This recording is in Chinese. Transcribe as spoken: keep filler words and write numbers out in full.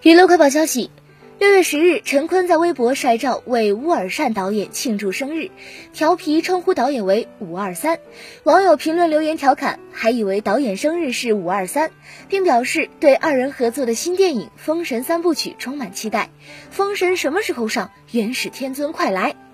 娱乐快报消息，六月十日，陈坤在微博晒照为乌尔善导演庆祝生日，调皮称呼导演为五二三。网友评论留言调侃，还以为导演生日是五二三，并表示对二人合作的新电影《封神三部曲》充满期待。封神什么时候上？元始天尊快来！